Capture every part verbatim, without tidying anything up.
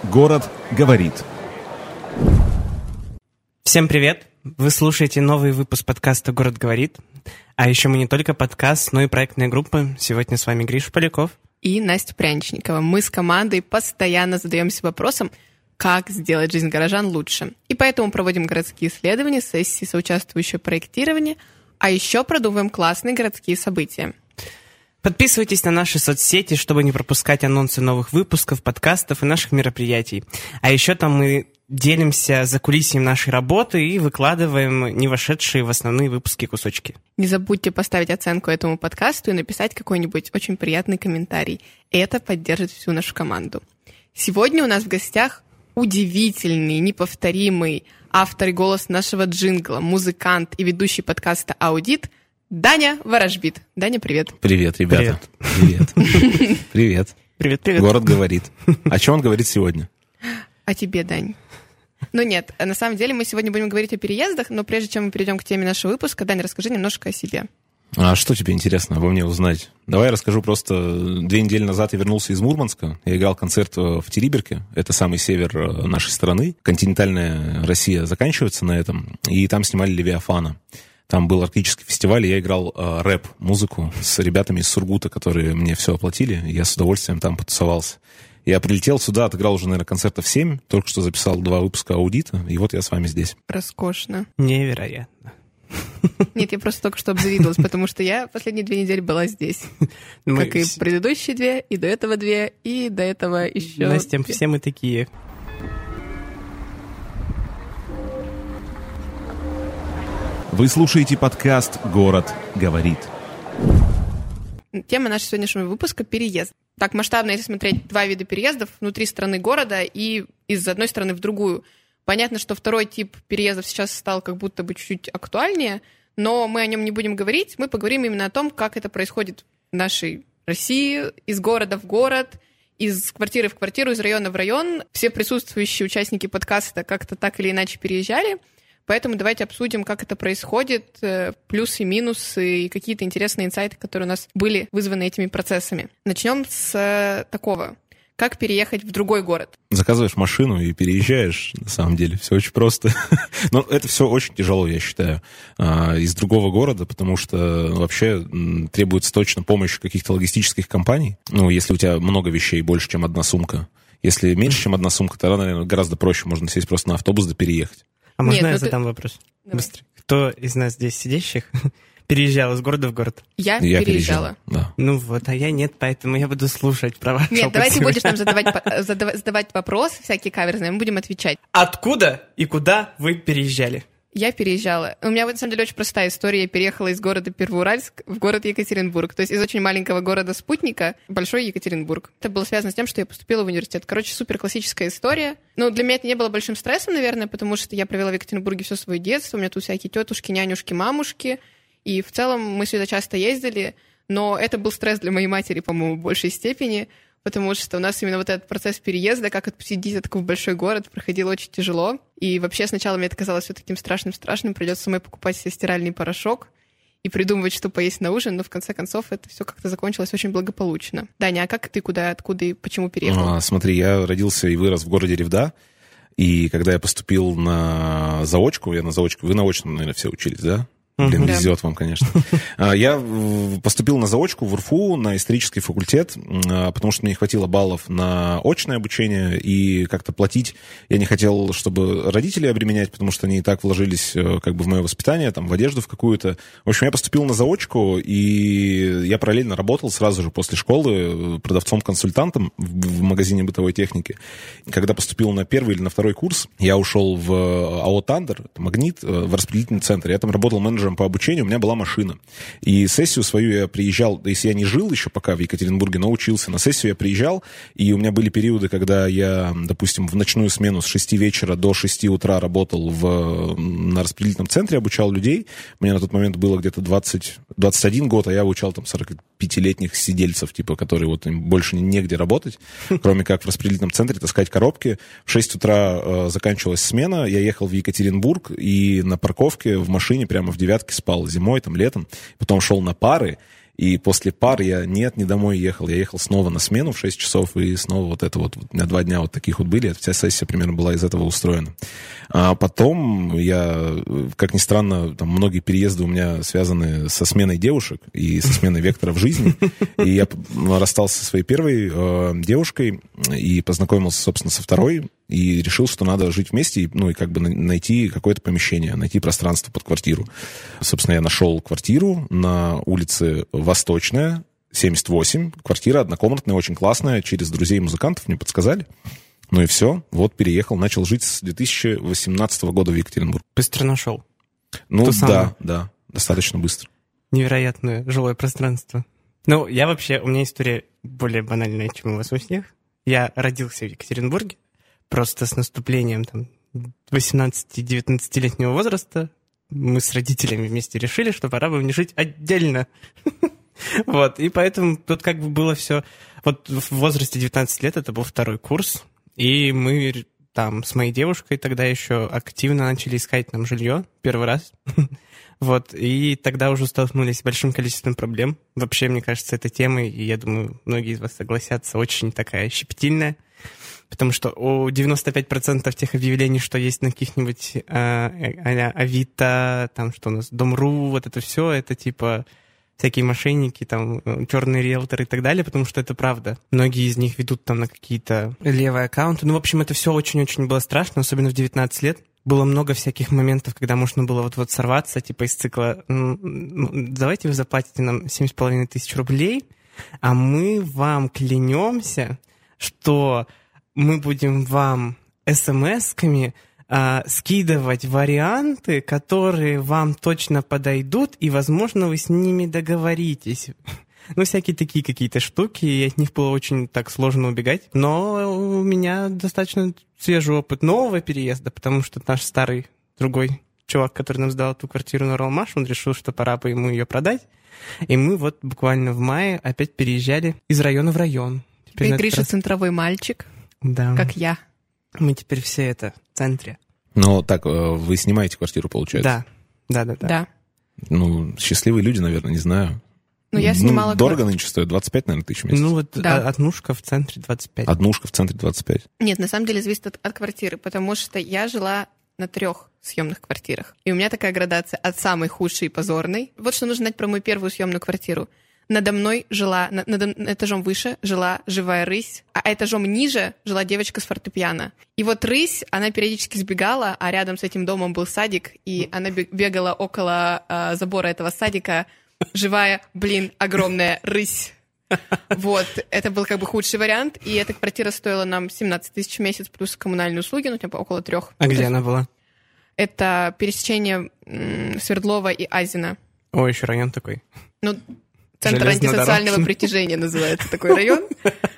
Город говорит. Всем привет! Вы слушаете новый выпуск подкаста «Город говорит». А еще мы не только подкаст, но и проектная группа. Сегодня с вами Гриша Поляков и Настя Пряничникова. Мы с командой постоянно задаемся вопросом, как сделать жизнь горожан лучше. И поэтому проводим городские исследования, сессии соучаствующего проектирования, а еще продумываем классные городские события. Подписывайтесь на наши соцсети, чтобы не пропускать анонсы новых выпусков, подкастов и наших мероприятий. А еще там мы делимся закулисьем нашей работы и выкладываем не вошедшие в основные выпуски кусочки. Не забудьте поставить оценку этому подкасту и написать какой-нибудь очень приятный комментарий. Это поддержит всю нашу команду. Сегодня у нас в гостях удивительный, неповторимый автор и голос нашего джингла, музыкант и ведущий подкаста «Аудит» Даня Ворожбит. Даня, привет. Привет, ребята. Привет. Привет. Привет, привет. Город говорит. О чем он говорит сегодня? О тебе, Дань. Ну нет, на самом деле мы сегодня будем говорить о переездах, но прежде чем мы перейдем к теме нашего выпуска, Дань, расскажи немножко о себе. А что тебе интересно обо мне узнать? Давай я расскажу просто. Две недели назад я вернулся из Мурманска. Я играл концерт в Териберке. Это самый север нашей страны. Континентальная Россия заканчивается на этом. И там снимали «Левиафана». Там был арктический фестиваль, и я играл э, рэп-музыку с ребятами из Сургута, которые мне все оплатили. Я с удовольствием там потусовался. Я прилетел сюда, отыграл уже, наверное, концертов семь. Только что записал два выпуска «Аудита». И вот я с вами здесь. Роскошно. Невероятно. Нет, я просто только что обзавидовалась, потому что я последние две недели была здесь. Мы... Как и предыдущие две, и до этого две, и до этого еще... Настя, все мы такие... Вы слушаете подкаст «Город говорит». Тема нашего сегодняшнего выпуска — переезд. Так масштабно, если смотреть, два вида переездов внутри страны города и из одной страны в другую. Понятно, что второй тип переездов сейчас стал как будто бы чуть-чуть актуальнее, но мы о нем не будем говорить. Мы поговорим именно о том, как это происходит в нашей России, из города в город, из квартиры в квартиру, из района в район. Все присутствующие участники подкаста как-то так или иначе переезжали. Поэтому давайте обсудим, как это происходит, плюсы, минусы и какие-то интересные инсайты, которые у нас были вызваны этими процессами. Начнем с такого. Как переехать в другой город? Заказываешь машину и переезжаешь, на самом деле. Все очень просто. Но это все очень тяжело, я считаю, из другого города, потому что вообще требуется точно помощь каких-то логистических компаний. Ну, если у тебя много вещей, больше, чем одна сумка. Если меньше, чем одна сумка, тогда, наверное, гораздо проще. Можно сесть просто на автобус да переехать. А можно Нет, я ну задам ты... вопрос? Давай. Быстро. Кто из нас здесь сидящих переезжал из города в город? Я, я переезжала. переезжал, да. Ну вот, а я нет, поэтому я буду слушать про ваш Нет, опыт давай ты сегодня. будешь нам задавать, задавать, задавать вопросы всякие каверзные, мы будем отвечать. Откуда и куда вы переезжали? Я переезжала. У меня, на самом деле, очень простая история. Я переехала из города Первоуральск в город Екатеринбург. То есть из очень маленького города-спутника в большой Екатеринбург. Это было связано с тем, что я поступила в университет. Короче, супер классическая история. Но для меня это не было большим стрессом, наверное, потому что я провела в Екатеринбурге все свое детство. У меня тут всякие тетушки, нянюшки, мамушки. И в целом мы сюда часто ездили. Но это был стресс для моей матери, по-моему, в большей степени. Потому что у нас именно вот этот процесс переезда, как отпустить деток в большой город, проходил очень тяжело. И вообще сначала мне это казалось все таким страшным-страшным. Придется самой покупать себе стиральный порошок и придумывать, что поесть на ужин. Но в конце концов это все как-то закончилось очень благополучно. Даня, а как ты, куда, откуда и почему переехал? А, смотри, я родился и вырос в городе Ревда. И когда я поступил на заочку, я на заочку, вы на очном, наверное, все учились, да? Блин, везет вам, конечно. Я поступил на заочку в УрФУ, на исторический факультет, потому что мне не хватило баллов на очное обучение, и как-то платить я не хотел, чтобы родителей обременять, потому что они и так вложились как бы в мое воспитание, там, в одежду в какую-то. В общем, я поступил на заочку, и я параллельно работал сразу же после школы продавцом-консультантом в магазине бытовой техники. Когда поступил на первый или на второй курс, я ушел в АО «Тандер», «Магнит», в распределительный центр. Я там работал менеджером по обучению, у меня была машина. И сессию свою я приезжал, если я не жил еще пока в Екатеринбурге, но учился, на сессию я приезжал, и у меня были периоды, когда я, допустим, в ночную смену с шести вечера до шести утра работал в, на распределительном центре, обучал людей. Мне на тот момент было где-то двадцать, двадцать один год, а я обучал там сорокапятилетних сидельцев, типа, которые вот им больше негде работать, кроме как в распределительном центре таскать коробки. В шесть утра э, заканчивалась смена, я ехал в Екатеринбург, и на парковке в машине прямо в девятке спал зимой, там, летом, потом шел на пары, И после пар я нет, не домой ехал. Я ехал снова на смену в шесть часов, и снова вот это вот, у меня два дня вот таких вот были. Вся сессия примерно была из этого устроена. А потом я, как ни странно, там многие переезды у меня связаны со сменой девушек и со сменой вектора в жизни. И я расстался со своей первой э, девушкой и познакомился, собственно, со второй. И решил, что надо жить вместе, ну и как бы найти какое-то помещение, найти пространство под квартиру. Собственно, я нашел квартиру на улице Восточная, семьдесят восемь. Квартира однокомнатная, очень классная. Через друзей-музыкантов мне подсказали. Ну и все. Вот переехал, начал жить с две тысячи восемнадцатого года в Екатеринбург. Быстро нашел. Ну То да, самое. да, достаточно быстро. Невероятное жилое пространство. Ну, я вообще, у меня история более банальная, чем у вас у всех. Я родился в Екатеринбурге. Просто с наступлением там восемнадцати-девятнадцатилетнего возраста мы с родителями вместе решили, что пора бы мне жить отдельно. Вот, и поэтому тут как бы было все... Вот в возрасте девятнадцати лет это был второй курс, и мы там с моей девушкой тогда еще активно начали искать нам жилье первый раз. Вот, и тогда уже столкнулись с большим количеством проблем. Вообще, мне кажется, эта тема, и я думаю, многие из вас согласятся, очень такая щепетильная. Потому что у девяноста пяти процентов тех объявлений, что есть на каких-нибудь э, а-ля Авито, там что у нас, Дом.ру, вот это все, это типа всякие мошенники, там черные риэлторы и так далее, потому что это правда. Многие из них ведут там на какие-то левые аккаунты. Ну, в общем, это все очень-очень было страшно, особенно в девятнадцать лет. Было много всяких моментов, когда можно было вот-вот сорваться, типа из цикла «давайте вы заплатите нам семь с половиной тысяч рублей, а мы вам клянемся, что мы будем вам эс-эм-эсками а, скидывать варианты, которые вам точно подойдут, и, возможно, вы с ними договоритесь». Ну, всякие такие какие-то штуки, и от них было очень так сложно убегать. Но у меня достаточно свежий опыт нового переезда, потому что наш старый другой чувак, который нам сдал эту квартиру на Ролмаш, он решил, что пора бы ему ее продать. И мы вот буквально в мае опять переезжали из района в район. Теперь Гриша раз... центровой мальчик, да. Как я. Мы теперь все это в центре. Ну, так, вы снимаете квартиру, получается? Да, да, да. Да. да. Ну, счастливые люди, наверное, не знаю. Ну, я снимала... Ну, дорого нынче стоит, двадцать пять, наверное, тысяч в месяц. Ну, вот да. однушка в центре двадцать пять. Однушка в центре двадцать пять. Нет, на самом деле зависит от, от квартиры, потому что я жила на трех съемных квартирах. И у меня такая градация от самой худшей и позорной. Вот что нужно знать про мою первую съемную квартиру. Надо мной жила, над, над этажом выше жила живая рысь, а этажом ниже жила девочка с фортепиано. И вот рысь, она периодически сбегала, а рядом с этим домом был садик, и она бегала около э, забора этого садика, живая, блин, огромная рысь. Вот, это был как бы худший вариант, и эта квартира стоила нам семнадцать тысяч в месяц плюс коммунальные услуги, ну, типа около трех. А где она была? Это пересечение м- Свердлова и Азина. О, еще район такой. Ну, Центр антисоциального притяжения называется такой район.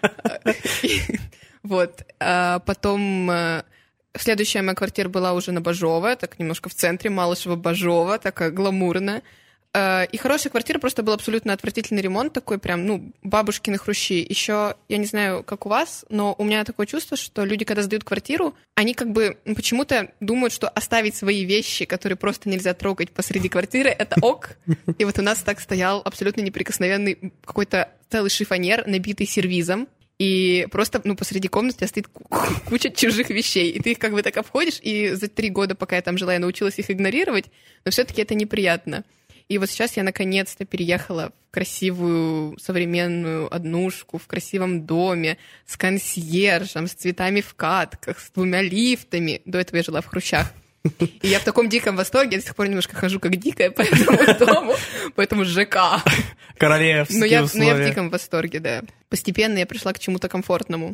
Вот. Потом следующая моя квартира была уже на Бажова, так немножко в центре, Малышево-Бажова, такая гламурная. И хорошая квартира, просто был абсолютно отвратительный ремонт, такой прям, ну, бабушкины хрущи. Еще, я не знаю, как у вас, но у меня такое чувство, что люди, когда сдают квартиру, они как бы почему-то думают, что оставить свои вещи, которые просто нельзя трогать посреди квартиры, это ок. И вот у нас так стоял абсолютно неприкосновенный какой-то целый шифоньер, набитый сервизом. И просто, ну, посреди комнаты стоит куча чужих вещей. И ты их как бы так обходишь, и за три года, пока я там жила, я научилась их игнорировать, но все-таки это неприятно. И вот сейчас я наконец-то переехала в красивую современную однушку, в красивом доме, с консьержем, с цветами в катках, с двумя лифтами. До этого я жила в Хрущах. И я в таком диком восторге, я до сих пор немножко хожу как дикая по этому дому, по этому ЖК. Королевские но я, условия. Но я в диком восторге, да. Постепенно я пришла к чему-то комфортному.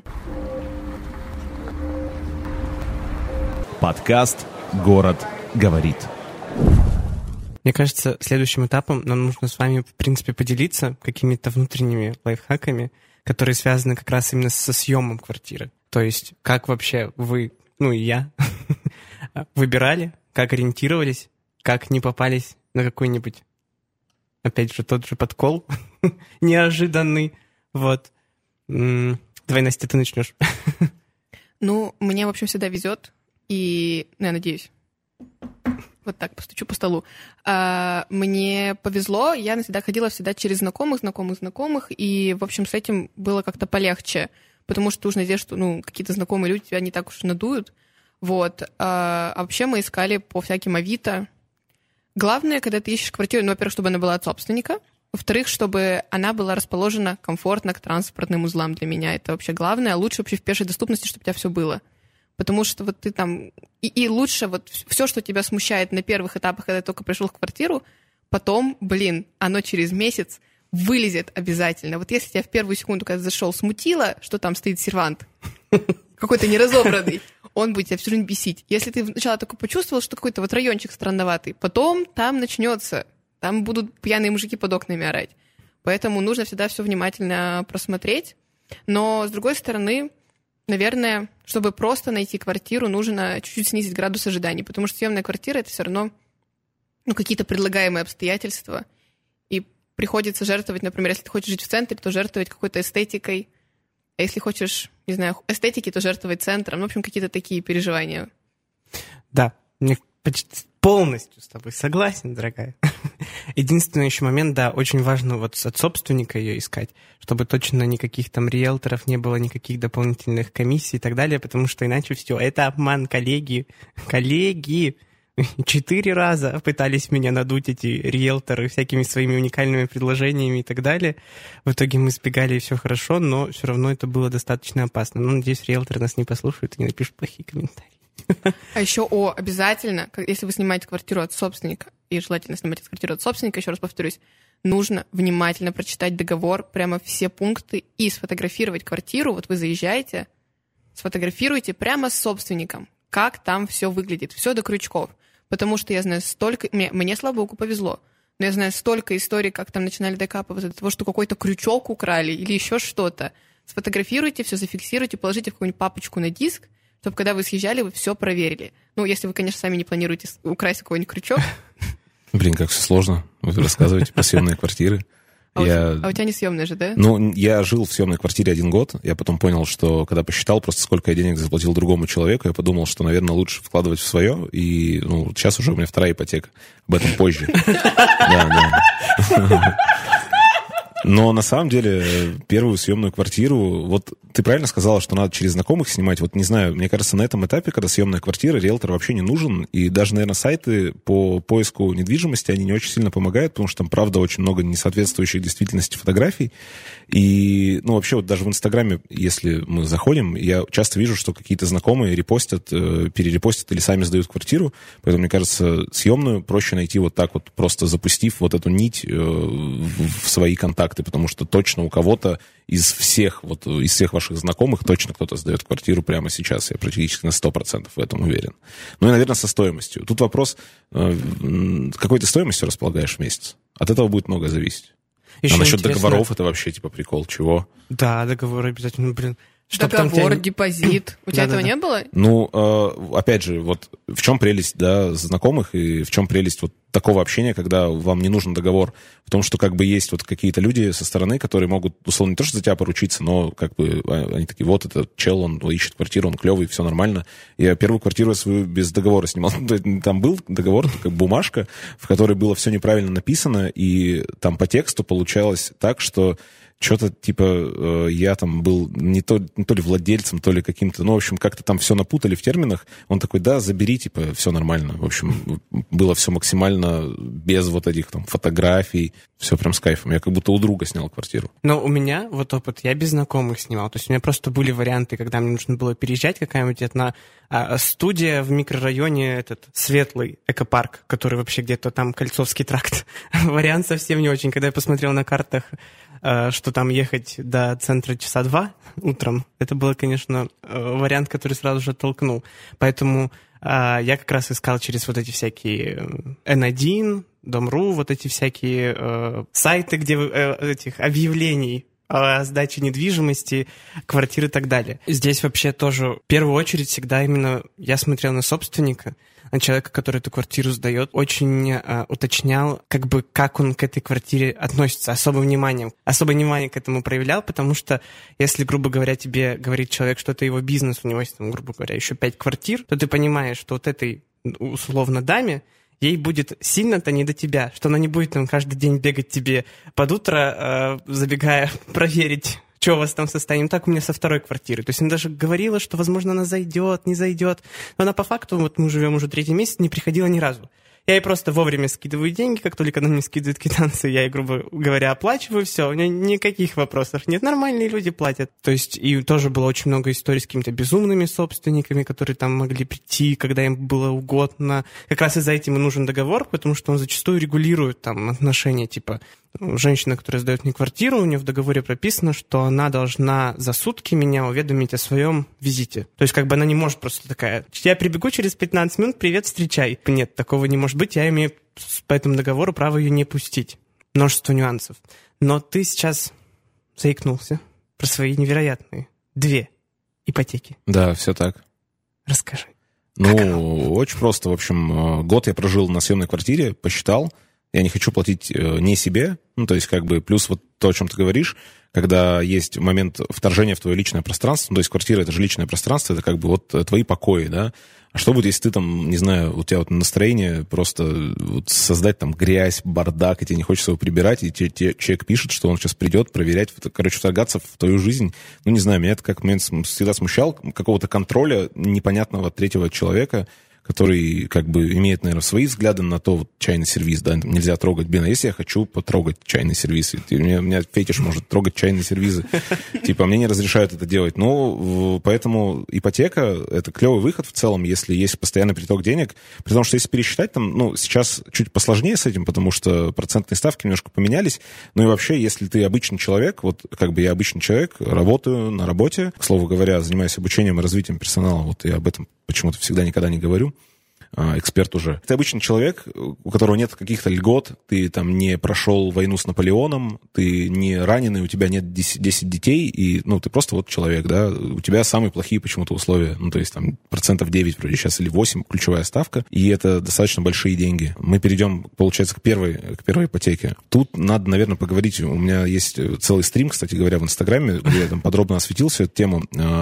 Подкаст «Город говорит». Мне кажется, следующим этапом нам нужно с вами, в принципе, поделиться какими-то внутренними лайфхаками, которые связаны как раз именно со съемом квартиры. То есть, как вообще вы, ну и я, выбирали, как ориентировались, как не попались на какой-нибудь, опять же, тот же подкол неожиданный. Вот. Давай, Настя, ты начнешь. Ну, мне, в общем, всегда везет, и, ну, я надеюсь. вот так постучу по столу. А, мне повезло, я всегда ходила всегда через знакомых, знакомых, знакомых, и, в общем, с этим было как-то полегче, потому что нужно надеяться, что ну, какие-то знакомые люди тебя не так уж надуют. Вот. А, а вообще мы искали по всяким Авито. Главное, когда ты ищешь квартиру, ну, во-первых, чтобы она была от собственника, во-вторых, чтобы она была расположена комфортно к транспортным узлам для меня. Это вообще главное. Лучше вообще в пешей доступности, чтобы у тебя все было. Потому что вот ты там... И, и лучше вот все, что тебя смущает на первых этапах, когда ты только пришел в квартиру, потом, блин, оно через месяц вылезет обязательно. Вот если тебя в первую секунду, когда зашел, смутило, что там стоит сервант, какой-то неразобранный, он будет тебя всю жизнь бесить. Если ты сначала только почувствовал, что какой-то вот райончик странноватый, потом там начнется, там будут пьяные мужики под окнами орать. Поэтому нужно всегда все внимательно просмотреть. Но, с другой стороны, наверное, чтобы просто найти квартиру, нужно чуть-чуть снизить градус ожиданий, потому что съемная квартира — это все равно ну, какие-то предлагаемые обстоятельства. И приходится жертвовать, например, если ты хочешь жить в центре, то жертвовать какой-то эстетикой. А если хочешь, не знаю, эстетики, то жертвовать центром. Ну, в общем, какие-то такие переживания. Да, мне почти полностью с тобой согласен, дорогая. Единственный еще момент, да, очень важно вот от собственника ее искать, чтобы точно никаких там риэлторов не было, никаких дополнительных комиссий и так далее, потому что иначе все, это обман, коллеги. Коллеги! Четыре раза пытались меня надуть эти риэлторы всякими своими уникальными предложениями и так далее. В итоге мы сбегали, и все хорошо, но все равно это было достаточно опасно. Ну, надеюсь, риэлторы нас не послушают и не напишут плохие комментарии. А еще, о, обязательно, если вы снимаете квартиру от собственника, и желательно снимать квартиру от собственника, еще раз повторюсь, нужно внимательно прочитать договор, прямо все пункты, и сфотографировать квартиру. Вот вы заезжаете, сфотографируйте прямо с собственником, как там все выглядит, все до крючков. Потому что я знаю столько... Мне, мне, слава богу, повезло. Но я знаю столько историй, как там начинали докапываться до того, что какой-то крючок украли или еще что-то. Сфотографируйте, все зафиксируйте, положите в какую-нибудь папочку на диск, чтобы когда вы съезжали, вы все проверили. Ну, если вы, конечно, сами не планируете украсть какой-нибудь крючок. Блин, как все сложно. Вы рассказываете про съемные квартиры. А, я... у, а у тебя не съемная же, да? Ну, я жил в съемной квартире один год. Я потом понял, что когда посчитал просто, сколько я денег заплатил другому человеку, я подумал, что, наверное, лучше вкладывать в свое. И, ну, сейчас уже у меня вторая ипотека. Об этом позже. Да, да. Но на самом деле первую съемную квартиру, вот ты правильно сказала, что надо через знакомых снимать. Вот не знаю, мне кажется, на этом этапе, когда съемная квартира, риэлтор вообще не нужен. И даже, наверное, сайты по поиску недвижимости, они не очень сильно помогают, потому что там, правда, очень много несоответствующих действительности фотографий. И, ну, вообще, вот даже в Инстаграме, если мы заходим, я часто вижу, что какие-то знакомые репостят, перерепостят или сами сдают квартиру. Поэтому, мне кажется, съемную проще найти вот так вот, просто запустив вот эту нить в свои контакты, потому что точно у кого-то из всех, вот из всех ваших знакомых точно кто-то сдает квартиру прямо сейчас. Я практически на сто процентов в этом уверен. Ну и, наверное, со стоимостью. Тут вопрос, какой ты стоимостью располагаешь в месяц? От этого будет много зависеть. Еще а насчет интересно... договоров это вообще типа прикол. Чего? Да, договоры обязательно, блин. Чтоб договор, тебя... депозит. У тебя этого не было? Ну, опять же, вот в чем прелесть, да, знакомых и в чем прелесть вот такого общения, когда вам не нужен договор? В том, что как бы есть вот какие-то люди со стороны, которые могут, условно, не то, что за тебя поручиться, но как бы они такие, вот этот чел, он ищет квартиру, он клевый, все нормально. Я первую квартиру свою без договора снимал. Там был договор, как бумажка, в которой было все неправильно написано, и там по тексту получалось так, что что-то типа э, я там был не то, не то ли владельцем, то ли каким-то, ну, в общем, как-то там все напутали в терминах. Он такой, да, забери, типа, все нормально. В общем, было все максимально без вот этих там фотографий, все прям с кайфом. Я как будто у друга снял квартиру. Но у меня вот опыт, я без знакомых снимал. То есть у меня просто были варианты, когда мне нужно было переезжать, какая-нибудь одна а, студия в микрорайоне, этот светлый экопарк, который вообще где-то там Кольцовский тракт. Вариант совсем не очень. Когда я посмотрел на картах, что там ехать до центра часа два утром, это был, конечно, вариант, который сразу же оттолкнул. Поэтому э, я как раз искал через вот эти всякие эн один, Дом.ру, вот эти всякие э, сайты, где э, этих объявлений о сдаче недвижимости, квартир и так далее. Здесь вообще тоже в первую очередь всегда именно я смотрел на собственника, на человека, который эту квартиру сдает, очень э, уточнял, как бы, как он к этой квартире относится, особым вниманием. Особое внимание к этому проявлял, потому что если, грубо говоря, тебе говорит человек, что это его бизнес, у него есть, там, грубо говоря, еще пять квартир, то ты понимаешь, что вот этой, условно, даме ей будет сильно-то не до тебя, что она не будет там каждый день бегать тебе под утро, э, забегая проверить, что у вас там состояние. Так у меня со второй квартиры. То есть она даже говорила, что, возможно, она зайдет, не зайдет. Но она по факту, вот мы живем уже третий месяц, не приходила ни разу. Я ей просто вовремя скидываю деньги, как только она мне скидывает квитанции, я ей, грубо говоря, оплачиваю, все, у меня никаких вопросов нет, нормальные люди платят. То есть и тоже было очень много историй с какими-то безумными собственниками, которые там могли прийти, когда им было угодно. Как раз из-за этим и нужен договор, потому что он зачастую регулирует там отношения, типа женщина, которая сдает мне квартиру, у нее в договоре прописано, что она должна за сутки меня уведомить о своем визите. То есть как бы она не может просто такая, я прибегу через пятнадцать минут, привет, встречай. Нет, такого не может быть, я имею по этому договору право ее не пустить. Множество нюансов. Но ты сейчас заикнулся про свои невероятные две ипотеки. Да, все так. Расскажи. Ну, очень просто. В общем, год я прожил на съемной квартире, посчитал. Я не хочу платить не себе, ну, то есть, как бы, плюс вот то, о чем ты говоришь, когда есть момент вторжения в твое личное пространство, ну, то есть, квартира — это же личное пространство, это как бы вот твои покои, да, а что будет, если ты там, не знаю, у тебя вот настроение просто вот создать там грязь, бардак, и тебе не хочется его прибирать, и тебе, тебе человек пишет, что он сейчас придет проверять, короче, вторгаться в твою жизнь, ну, не знаю, меня это как момент всегда смущал, какого-то контроля непонятного от третьего человека, который как бы имеет, наверное, свои взгляды на то, вот, чайный сервиз, да, нельзя трогать. Блин, а если я хочу потрогать чайный сервиз? У меня, у меня фетиш может трогать чайные сервизы. Типа, мне не разрешают это делать. Ну, поэтому ипотека — это клевый выход в целом, если есть постоянный приток денег. При том, что если пересчитать, там, ну, сейчас чуть посложнее с этим, потому что процентные ставки немножко поменялись. Ну и вообще, если ты обычный человек, вот как бы я обычный человек, работаю на работе, к слову говоря, занимаюсь обучением и развитием персонала, вот я об этом почему-то всегда никогда не говорю, эксперт уже. Ты обычный человек, у которого нет каких-то льгот, ты там не прошел войну с Наполеоном, ты не раненый, у тебя нет десять детей, и, ну, ты просто вот человек, да, у тебя самые плохие почему-то условия, ну, то есть там процентов девять вроде сейчас или восемь ключевая ставка, и это достаточно большие деньги. Мы перейдем, получается, к первой, к первой ипотеке. Тут надо, наверное, поговорить, у меня есть целый стрим, кстати говоря, в Инстаграме, где я там подробно осветил всю эту тему.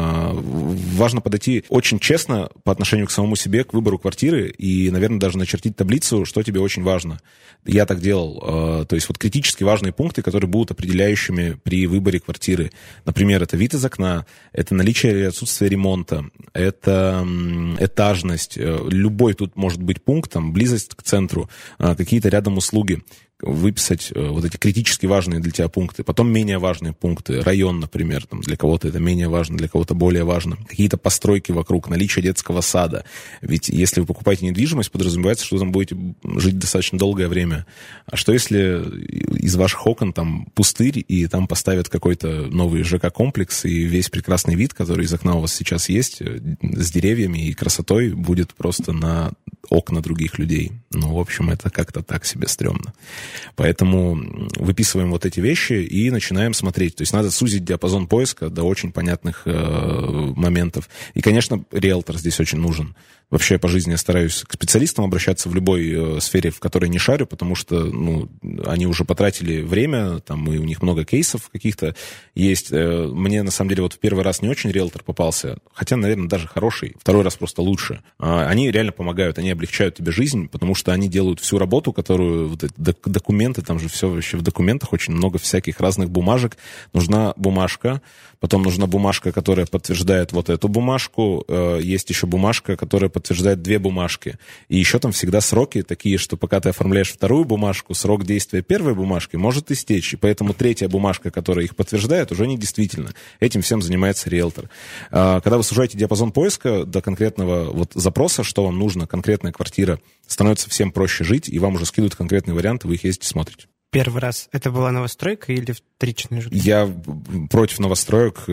Важно подойти очень честно по отношению к самому себе, к выбору квартиры, и, наверное, даже начертить таблицу, что тебе очень важно. Я так делал. То есть вот критически важные пункты, которые будут определяющими при выборе квартиры. Например, это вид из окна, это наличие или отсутствие ремонта, это этажность. Любой тут может быть пункт, там, близость к центру, какие-то рядом услуги. Выписать вот эти критически важные для тебя пункты, потом менее важные пункты, район, например, там, для кого-то это менее важно, для кого-то более важно, какие-то постройки вокруг, наличие детского сада, ведь если вы покупаете недвижимость, подразумевается, что вы там будете жить достаточно долгое время, а что если из ваших окон там пустырь, и там поставят какой-то новый ЖК-комплекс, и весь прекрасный вид, который из окна у вас сейчас есть, с деревьями и красотой, будет просто на окна других людей. Ну, в общем, это как-то так себе стрёмно. Поэтому выписываем вот эти вещи и начинаем смотреть. То есть надо сузить диапазон поиска до очень понятных э, моментов. И, конечно, риэлтор здесь очень нужен. Вообще по жизни я стараюсь к специалистам обращаться в любой э, сфере, в которой не шарю, потому что, ну, они уже потратили время, там, и у них много кейсов каких-то есть. Э, мне, на самом деле, вот в первый раз не очень риэлтор попался, хотя, наверное, даже хороший, второй раз просто лучше. Э, они реально помогают, они облегчают тебе жизнь, потому что они делают всю работу, которую, вот эти документы, там же все вообще в документах, очень много всяких разных бумажек. Нужна бумажка, потом нужна бумажка, которая подтверждает вот эту бумажку, э, есть еще бумажка, которая подтверждает две бумажки. И еще там всегда сроки такие, что пока ты оформляешь вторую бумажку, срок действия первой бумажки может истечь. И поэтому третья бумажка, которая их подтверждает, уже не действительно. Этим всем занимается риэлтор. Когда вы сужаете диапазон поиска до конкретного вот запроса, что вам нужно, конкретная квартира, становится всем проще жить, и вам уже скидывают конкретные варианты, вы их ездите, смотрите. Первый раз это была новостройка или вторичное жилье? Я против новостроек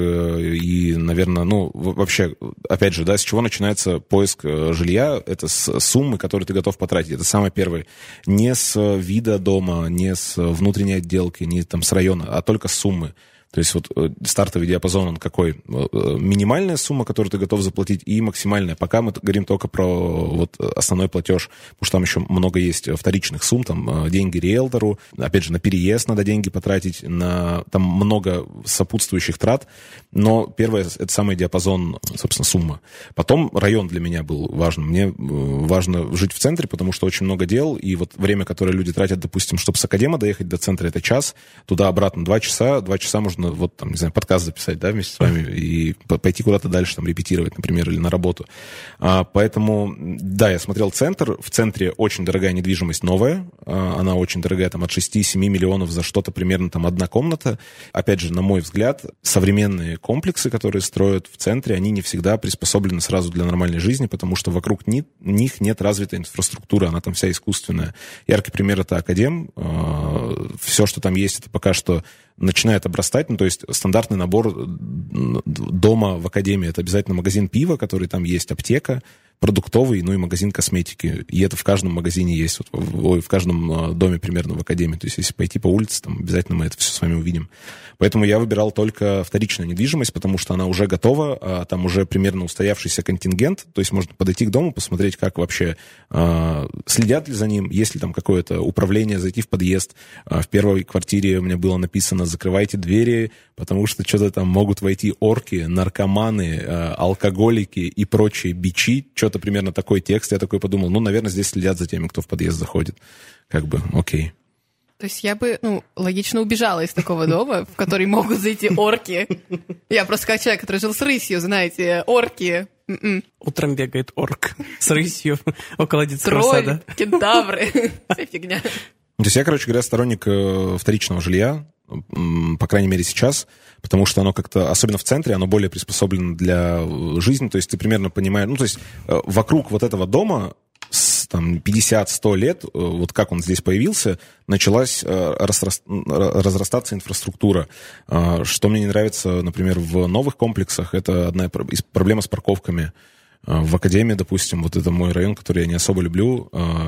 и, наверное, ну, вообще, опять же, да, с чего начинается поиск жилья? Это с суммы, которые ты готов потратить. Это самое первое. Не с вида дома, не с внутренней отделки, не там с района, а только с суммы. То есть вот стартовый диапазон, он какой? Минимальная сумма, которую ты готов заплатить, и максимальная. Пока мы говорим только про вот основной платеж, потому что там еще много есть вторичных сумм, там деньги риэлтору, опять же, на переезд надо деньги потратить, на, там много сопутствующих трат, но первое, это самый диапазон, собственно, сумма. Потом район для меня был важен. Мне важно жить в центре, потому что очень много дел, и вот время, которое люди тратят, допустим, чтобы с Академа доехать до центра, это час, туда-обратно два часа, два часа можно вот там, не знаю, подкаст записать, да, вместе с вами и пойти куда-то дальше там репетировать, например, или на работу. А, поэтому, да, я смотрел центр. В центре очень дорогая недвижимость новая. А, она очень дорогая, там, от шести-семи миллионов за что-то примерно там одна комната. Опять же, на мой взгляд, современные комплексы, которые строят в центре, они не всегда приспособлены сразу для нормальной жизни, потому что вокруг ни, них нет развитой инфраструктуры, она там вся искусственная. Яркий пример — это Академ. А, все, что там есть, это пока что начинает обрастать, ну, то есть стандартный набор дома в Академии — это обязательно магазин пива, который там есть, аптека, продуктовый, ну и магазин косметики. И это в каждом магазине есть, вот, ой, в каждом доме примерно в Академии. То есть если пойти по улице, там обязательно мы это все с вами увидим. Поэтому я выбирал только вторичную недвижимость, потому что она уже готова, а там уже примерно устоявшийся контингент, то есть можно подойти к дому, посмотреть, как вообще э, следят ли за ним, есть ли там какое-то управление, зайти в подъезд. В первой квартире у меня было написано: закрывайте двери, потому что что-то там могут войти орки, наркоманы, э, алкоголики и прочие бичи. Что-то примерно такой текст. Я такой подумал, ну, наверное, здесь следят за теми, кто в подъезд заходит. Как бы, окей. То есть я бы, ну, логично убежала из такого дома, в который могут зайти орки. Я просто как человек, который жил с рысью, знаете, орки. М-м. Утром бегает орк с рысью около детского сада. Тролль, кентавры, вся фигня. То есть я, короче говоря, сторонник вторичного жилья, по крайней мере сейчас, потому что оно как-то, особенно в центре, оно более приспособлено для жизни, то есть ты примерно понимаешь, ну, то есть вокруг вот этого дома с там пятьдесят-сто лет, вот как он здесь появился, началась разрастаться инфраструктура. Что мне не нравится, например, в новых комплексах, это одна из проблем с парковками. В Академии, допустим, вот это мой район, который я не особо люблю,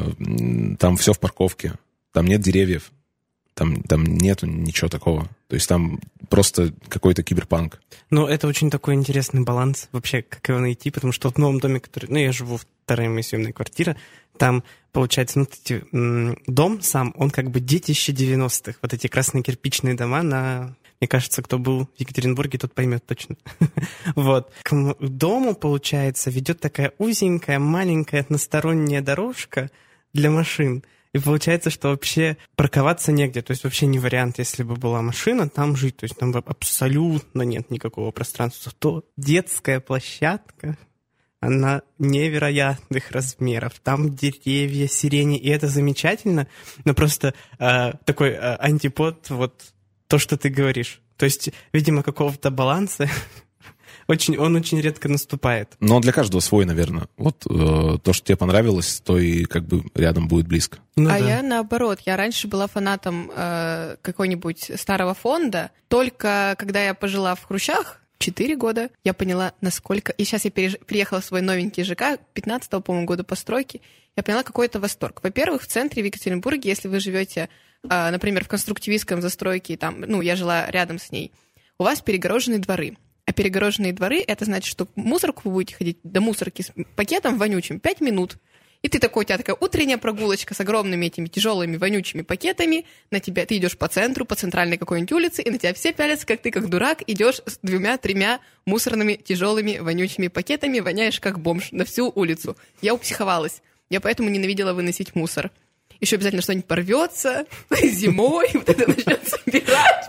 там все в парковке, там нет деревьев. Там, там нету ничего такого. То есть там просто какой-то киберпанк. Ну, это очень такой интересный баланс вообще, как его найти, потому что в новом доме, который... Ну, я живу, вторая моя съемная квартира, там, получается, ну, эти, м- дом сам, он как бы детище девяностых. Вот эти красные кирпичные дома на... Мне кажется, кто был в Екатеринбурге, тот поймет точно. Вот. К дому, получается, ведет такая узенькая, маленькая односторонняя дорожка для машин. И получается, что вообще парковаться негде. То есть вообще не вариант, если бы была машина, там жить. То есть там абсолютно нет никакого пространства. То детская площадка, она невероятных размеров. Там деревья, сирени, и это замечательно. Но просто э, такой э, антипод, вот то, что ты говоришь. То есть, видимо, какого-то баланса... Очень, он очень редко наступает. Но для каждого свой, наверное. Вот э, то, что тебе понравилось, то и как бы рядом будет близко. Ну, а да. Я наоборот. Я раньше была фанатом э, какой-нибудь старого фонда. Только когда я пожила в Хрущах, четыре года, я поняла, насколько... И сейчас я переж... переехала в свой новенький ЖК, пятнадцатого, по-моему, года постройки. Я поняла, какой это восторг. Во-первых, в центре, в Екатеринбурге, если вы живете, э, например, в конструктивистском застройке, там, ну, я жила рядом с ней, у вас перегороженные дворы. А перегороженные дворы, это значит, что в мусорку вы будете ходить до мусорки с пакетом вонючим пять минут. И ты такой, у тебя такая утренняя прогулочка с огромными этими тяжелыми вонючими пакетами. На тебя, ты идешь по центру, по центральной какой-нибудь улице, и на тебя все пялятся, как ты, как дурак, идешь с двумя-тремя мусорными тяжелыми вонючими пакетами, воняешь как бомж на всю улицу. Я упсиховалась. Я поэтому ненавидела выносить мусор. Еще обязательно что-нибудь порвется зимой, вот это начнет собирать.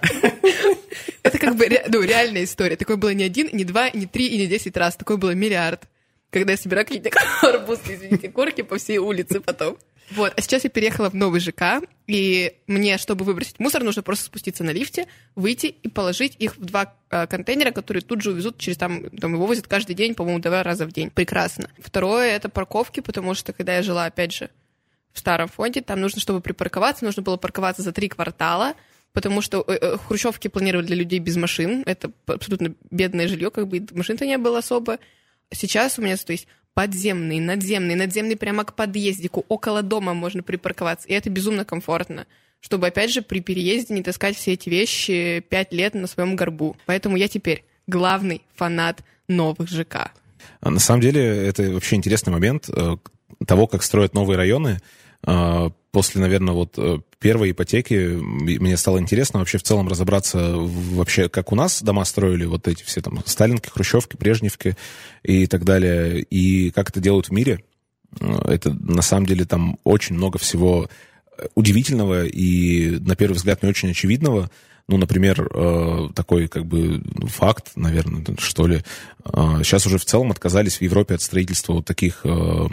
Это как бы ну, реальная история. Такое было не один, не два, не три и не десять раз. Такое было миллиард. Когда я собираю какие-то арбузы, извините, корки по всей улице потом. Вот. А сейчас я переехала в новый ЖК, и мне, чтобы выбросить мусор, нужно просто спуститься на лифте, выйти и положить их в два э, контейнера, которые тут же увезут через там, там его возят каждый день, по-моему, два раза в день. Прекрасно. Второе — это парковки, потому что когда я жила, опять же, в старом фонде, там нужно, чтобы припарковаться, нужно было парковаться за три квартала, потому что э, хрущевки планировали для людей без машин. Это абсолютно бедное жилье, как бы машин-то не было особо. Сейчас у меня, то есть, подземный, надземный, надземный прямо к подъездику, около дома можно припарковаться, и это безумно комфортно. чтобы, опять же, при переезде не таскать все эти вещи пять лет на своем горбу. Поэтому я теперь главный фанат новых ЖК. На самом деле, это вообще интересный момент того, как строят новые районы. После, наверное, вот первой ипотеки мне стало интересно вообще в целом разобраться вообще, как у нас дома строили, вот эти все там сталинки, хрущевки, брежневки и так далее, и как это делают в мире. Это, на самом деле, там очень много всего удивительного и, на первый взгляд, не очень очевидного. Ну, например, такой как бы факт, наверное, что ли. Сейчас уже в целом отказались в Европе от строительства вот таких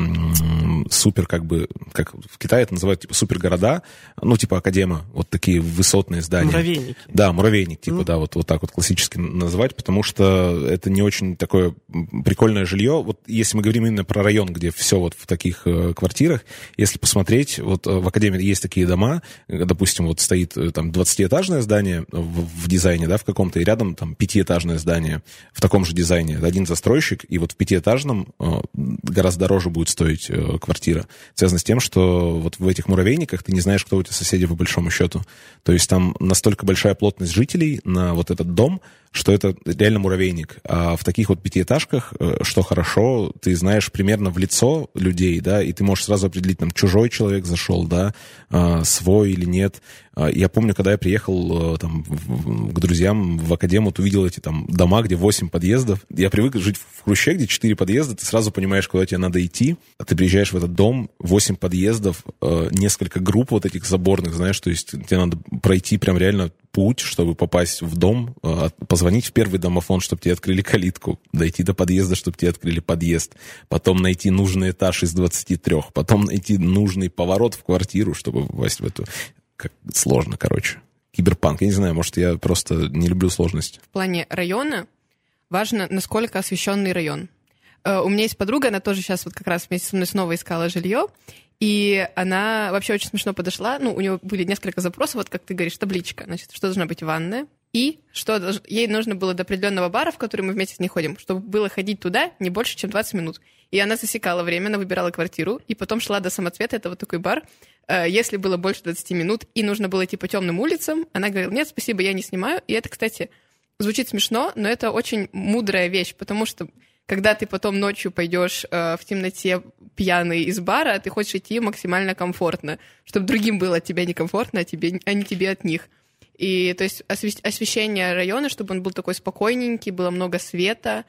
супер, как бы, как в Китае это называют, типа, супергорода, ну, типа академа, вот такие высотные здания. Муравейники. Да, муравейник, типа, Mm. да, вот, вот так вот классически называть, потому что это не очень такое прикольное жилье. Вот если мы говорим именно про район, где все вот в таких квартирах, если посмотреть, вот в академии есть такие дома, допустим, вот стоит там двадцатиэтажное здание, В, в дизайне, да, в каком-то, и рядом там пятиэтажное здание в таком же дизайне. Один застройщик, и вот в пятиэтажном э, гораздо дороже будет стоить э, квартира. Связано с тем, что вот в этих муравейниках ты не знаешь, кто у тебя соседи по большому счету. То есть там настолько большая плотность жителей на вот этот дом, что это реально муравейник. А в таких вот пятиэтажках, что хорошо, ты знаешь примерно в лицо людей, да, и ты можешь сразу определить, там, чужой человек зашел, да, свой или нет. Я помню, когда я приехал там, к друзьям в академию, то увидел эти там дома, где восемь подъездов. Я привык жить в Хруще, где четыре подъезда, ты сразу понимаешь, куда тебе надо идти. А ты приезжаешь в этот дом, восемь подъездов, несколько групп вот этих заборных, знаешь, то есть тебе надо пройти прям реально путь, чтобы попасть в дом, позвонить в первый домофон, чтобы тебе открыли калитку, дойти до подъезда, чтобы тебе открыли подъезд, потом найти нужный этаж из двадцати трёх, потом найти нужный поворот в квартиру, чтобы попасть в эту... Как сложно, короче. Киберпанк. Я не знаю, может, я просто не люблю сложности. В плане района важно, насколько освещенный район. У меня есть подруга, она тоже сейчас вот как раз вместе со мной снова искала жилье, и она вообще очень смешно подошла. Ну, у нее были несколько запросов, вот как ты говоришь, табличка. Значит, что должна быть ванная, и что долж... ей нужно было до определенного бара, в который мы вместе с ней ходим, чтобы было ходить туда не больше, чем двадцать минут. И она засекала время, она выбирала квартиру, и потом шла до Самоцвета, это вот такой бар. Если было больше двадцати минут, и нужно было идти по темным улицам, она говорила: нет, спасибо, я не снимаю. И это, кстати, звучит смешно, но это очень мудрая вещь, потому что когда ты потом ночью пойдешь э, в темноте пьяный из бара, ты хочешь идти максимально комфортно, чтобы другим было от тебя некомфортно, а, тебе, а не тебе от них. И то есть освещение района, чтобы он был такой спокойненький, было много света,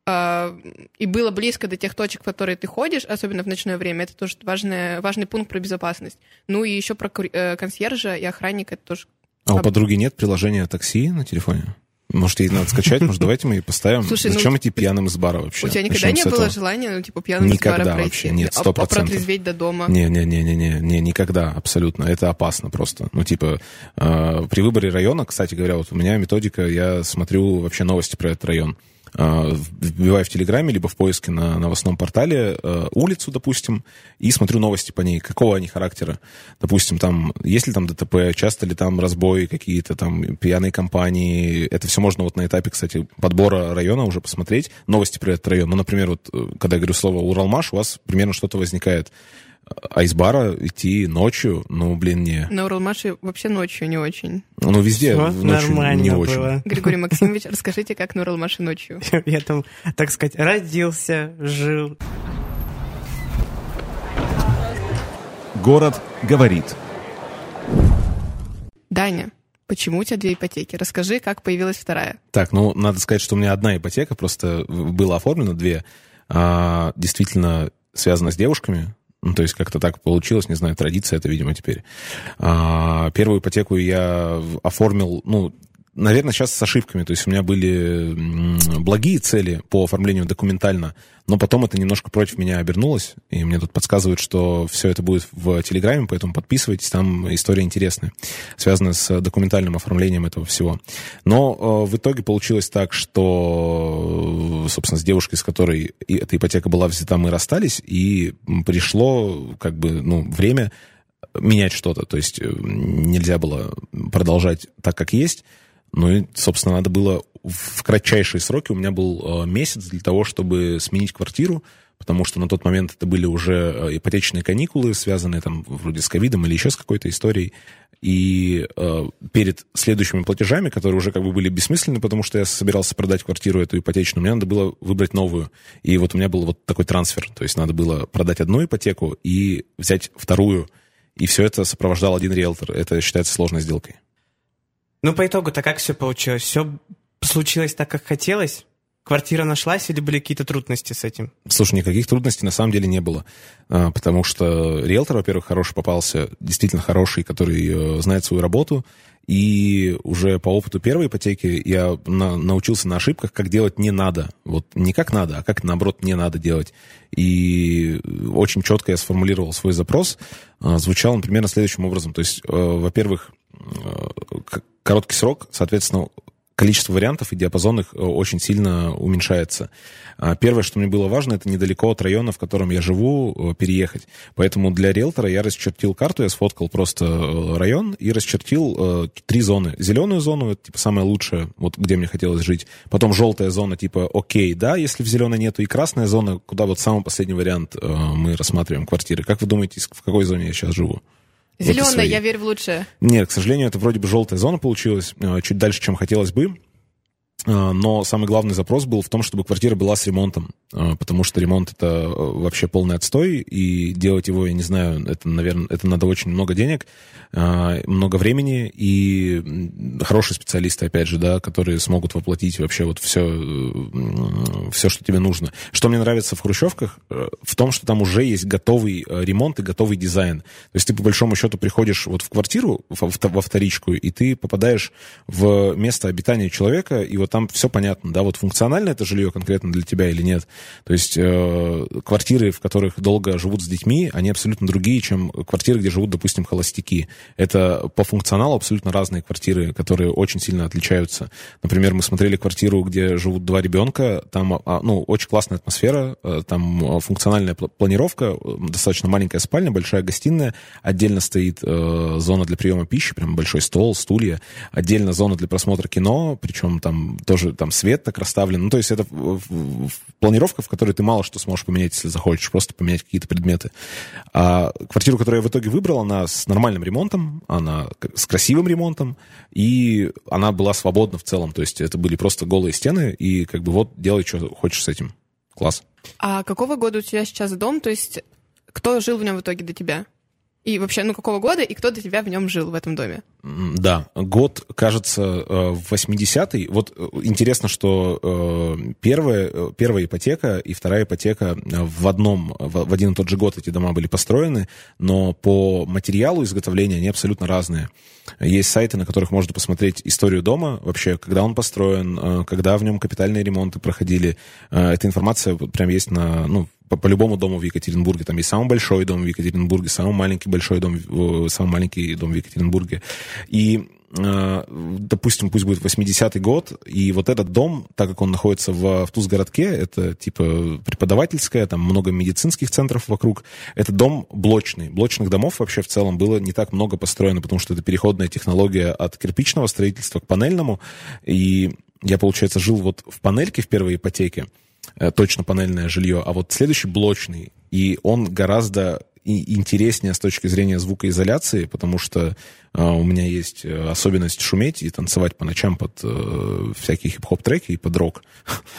э, и было близко до тех точек, в которые ты ходишь, особенно в ночное время. Это тоже важный, важный пункт про безопасность. Ну и еще про э, консьержа и охранника. Это тоже... А у подруги нет приложения такси на телефоне? Может, ей надо скачать? Может, давайте мы ее поставим? Слушай, Зачем ну, идти пьяным из бара вообще? У тебя никогда Начнем не было этого. желания, ну, типа, пьяным никогда из бара пройти? Вообще, нет, сто процентов. А протрезветь до дома? Не-не-не-не-не, не, никогда, абсолютно. Это опасно просто. Ну, типа, э, при выборе района, кстати говоря, вот у меня методика, я смотрю вообще новости про этот район. Вбиваю в Телеграме, либо в поиске на новостном портале э, улицу, допустим, и смотрю новости по ней, какого они характера. Допустим, там, есть ли там ДТП, часто ли там разбои какие-то, там, пьяные компании. Это все можно вот на этапе, кстати, подбора района уже посмотреть. Новости про этот район. Ну, например, вот, когда я говорю слово «Уралмаш», у вас примерно что-то возникает. А из бара идти ночью, ну, блин, не. На Уралмаше вообще ночью не очень. Ну, везде Всё ночью нормально не было. очень. Григорий Максимович, расскажите, как на Уралмаше ночью. Я там, так сказать, родился, жил. Город говорит. Даня, почему у тебя две ипотеки? Расскажи, как появилась вторая. Так, ну, надо сказать, что у меня одна ипотека, просто было оформлено две. А, действительно связано с девушками. Ну, то есть как-то так получилось, не знаю, традиция это, видимо, теперь. А, первую ипотеку я оформил, ну, наверное, сейчас с ошибками. То есть у меня были благие цели по оформлению документально, но потом это немножко против меня обернулось, и мне тут подсказывают, что все это будет в Телеграме, поэтому подписывайтесь, там история интересная, связанная с документальным оформлением этого всего. Но э, в итоге получилось так, что, собственно, с девушкой, с которой эта ипотека была взята, мы расстались, и пришло, как бы, ну, время менять что-то. То есть нельзя было продолжать так, как есть. Ну и, собственно, надо было в кратчайшие сроки, у меня был э, месяц для того, чтобы сменить квартиру, потому что на тот момент это были уже ипотечные каникулы, связанные там вроде с ковидом или еще с какой-то историей. и э, перед следующими платежами, которые уже как бы были бессмысленны, потому что я собирался продать квартиру эту ипотечную, мне надо было выбрать новую. И вот у меня был вот такой трансфер, то есть надо было продать одну ипотеку и взять вторую, и все это сопровождал один риэлтор. Это считается сложной сделкой. Ну, по итогу-то как все получилось? Все случилось так, как хотелось? Квартира нашлась или были какие-то трудности с этим? Слушай, никаких трудностей на самом деле не было, потому что риэлтор, во-первых, хороший попался, действительно хороший, который знает свою работу, и уже по опыту первой ипотеки я на, научился на ошибках, как делать не надо. Вот не как надо, а как, наоборот, не надо делать. И очень четко я сформулировал свой запрос. Звучал он примерно следующим образом. То есть, во-первых, короткий срок, соответственно, количество вариантов и диапазон их очень сильно уменьшается. Первое, что мне было важно, это недалеко от района, в котором я живу, переехать. Поэтому для риэлтора я расчертил карту, я сфоткал просто район и расчертил три зоны. Зеленую зону, это типа самая лучшая, вот где мне хотелось жить. Потом желтая зона, типа окей, да, если в зеленой нету. И красная зона, куда вот самый последний вариант мы рассматриваем квартиры. Как вы думаете, в какой зоне я сейчас живу? Зеленая, я верю в лучшее. Нет, к сожалению, это вроде бы желтая зона получилась, чуть дальше, чем хотелось бы. Но самый главный запрос был в том, чтобы квартира была с ремонтом, потому что ремонт — это вообще полный отстой, и делать его, я не знаю, это, наверное, это надо очень много денег, много времени и хорошие специалисты, опять же, да, которые смогут воплотить вообще вот все, все, что тебе нужно. Что мне нравится в хрущевках, в том, что там уже есть готовый ремонт и готовый дизайн. То есть ты, по большому счету, приходишь вот в квартиру, во вторичку, и ты попадаешь в место обитания человека, и вот там все понятно, да, вот функционально это жилье конкретно для тебя или нет. То есть э, квартиры, в которых долго живут с детьми, они абсолютно другие, чем квартиры, где живут, допустим, холостяки. Это по функционалу абсолютно разные квартиры, которые очень сильно отличаются. Например, мы смотрели квартиру, где живут два ребенка, там, ну, очень классная атмосфера, там функциональная планировка, достаточно маленькая спальня, большая гостиная, отдельно стоит э, зона для приема пищи, прям большой стол, стулья, отдельно зона для просмотра кино, причем там тоже там свет так расставлен. Ну, то есть это планировка, в которой ты мало что сможешь поменять, если захочешь, просто поменять какие-то предметы. А квартиру, которую я в итоге выбрал, она с нормальным ремонтом, она с красивым ремонтом, и она была свободна в целом. То есть это были просто голые стены, и как бы вот делай, что хочешь с этим. Класс. А какого года у тебя сейчас дом? То есть кто жил в нем в итоге до тебя? И вообще, ну, какого года, и кто до тебя в нем жил, в этом доме? Да, год, кажется, восьмидесятый. Вот интересно, что первая, первая ипотека и вторая ипотека в одном, в один и тот же год эти дома были построены, но по материалу изготовления они абсолютно разные. Есть сайты, на которых можно посмотреть историю дома, вообще, когда он построен, когда в нем капитальные ремонты проходили. Эта информация прям есть на, ну, по, по любому дому в Екатеринбурге. Там есть самый большой дом в Екатеринбурге, самый маленький большой дом, самый маленький дом в Екатеринбурге. И, допустим, пусть будет восьмидесятый год, и вот этот дом, так как он находится в, в Тузгородке, это типа преподавательская, там много медицинских центров вокруг, это дом блочный. Блочных домов вообще в целом было не так много построено, потому что это переходная технология от кирпичного строительства к панельному, и я, получается, жил вот в панельке в первой ипотеке, точно панельное жилье, а вот следующий блочный, и он гораздо и интереснее с точки зрения звукоизоляции, потому что э, у меня есть особенность шуметь и танцевать по ночам под э, всякие хип-хоп треки и под рок.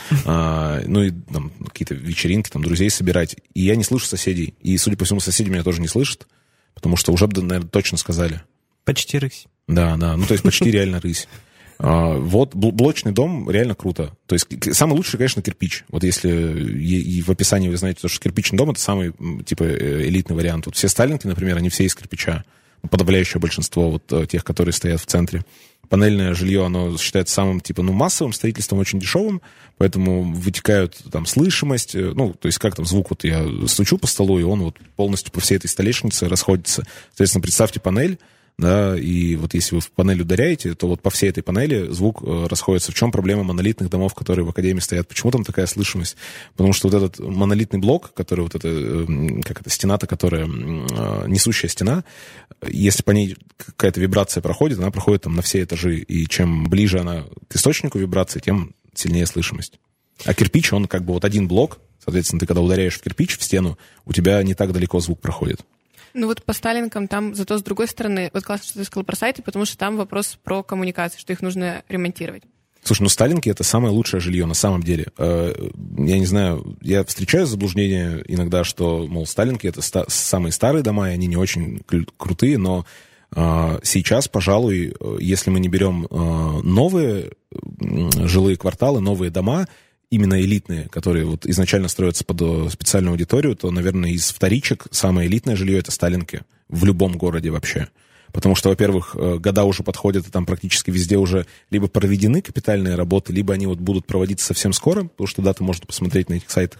Ну и там какие-то вечеринки, там друзей собирать. И я не слышу соседей. И, судя по всему, соседи меня тоже не слышат, потому что уже, наверное, точно сказали. Почти рысь. Да, да. Ну, то есть почти реально рысь. Вот, блочный дом реально круто. То есть самый лучший, конечно, кирпич. Вот если и в описании вы знаете, что кирпичный дом — это самый, типа, элитный вариант. Вот все сталинки, например, они все из кирпича. Подавляющее большинство вот тех, которые стоят в центре. Панельное жилье, оно считается самым, типа, ну, массовым строительством, очень дешевым, поэтому вытекают там слышимость, ну, то есть как там звук, вот я стучу по столу, и он вот полностью по всей этой столешнице расходится. Соответственно, представьте панель, да, и вот если вы в панель ударяете, то вот по всей этой панели звук э, расходится. В чем проблема монолитных домов, которые в Академии стоят? Почему там такая слышимость? Потому что вот этот монолитный блок, который вот эта, э, как это, стена-то, которая, э, несущая стена, если по ней какая-то вибрация проходит, она проходит там на все этажи, и чем ближе она к источнику вибрации, тем сильнее слышимость. А кирпич, он как бы вот один блок, соответственно, ты когда ударяешь в кирпич, в стену, у тебя не так далеко звук проходит. Ну вот по Сталинкам там, зато с другой стороны, вот классно, что ты сказал про сайты, потому что там вопрос про коммуникации, что их нужно ремонтировать. Слушай, ну Сталинки — это самое лучшее жилье на самом деле. Я не знаю, я встречаю заблуждение иногда, что, мол, Сталинки — это ста- самые старые дома, и они не очень крутые, но сейчас, пожалуй, если мы не берем новые жилые кварталы, новые дома, именно элитные, которые вот изначально строятся под специальную аудиторию, то, наверное, из вторичек самое элитное жилье — это Сталинки в любом городе вообще. Потому что, во-первых, года уже подходят, и там практически везде уже либо проведены капитальные работы, либо они вот будут проводиться совсем скоро, потому что даты можно посмотреть на этих сайтах.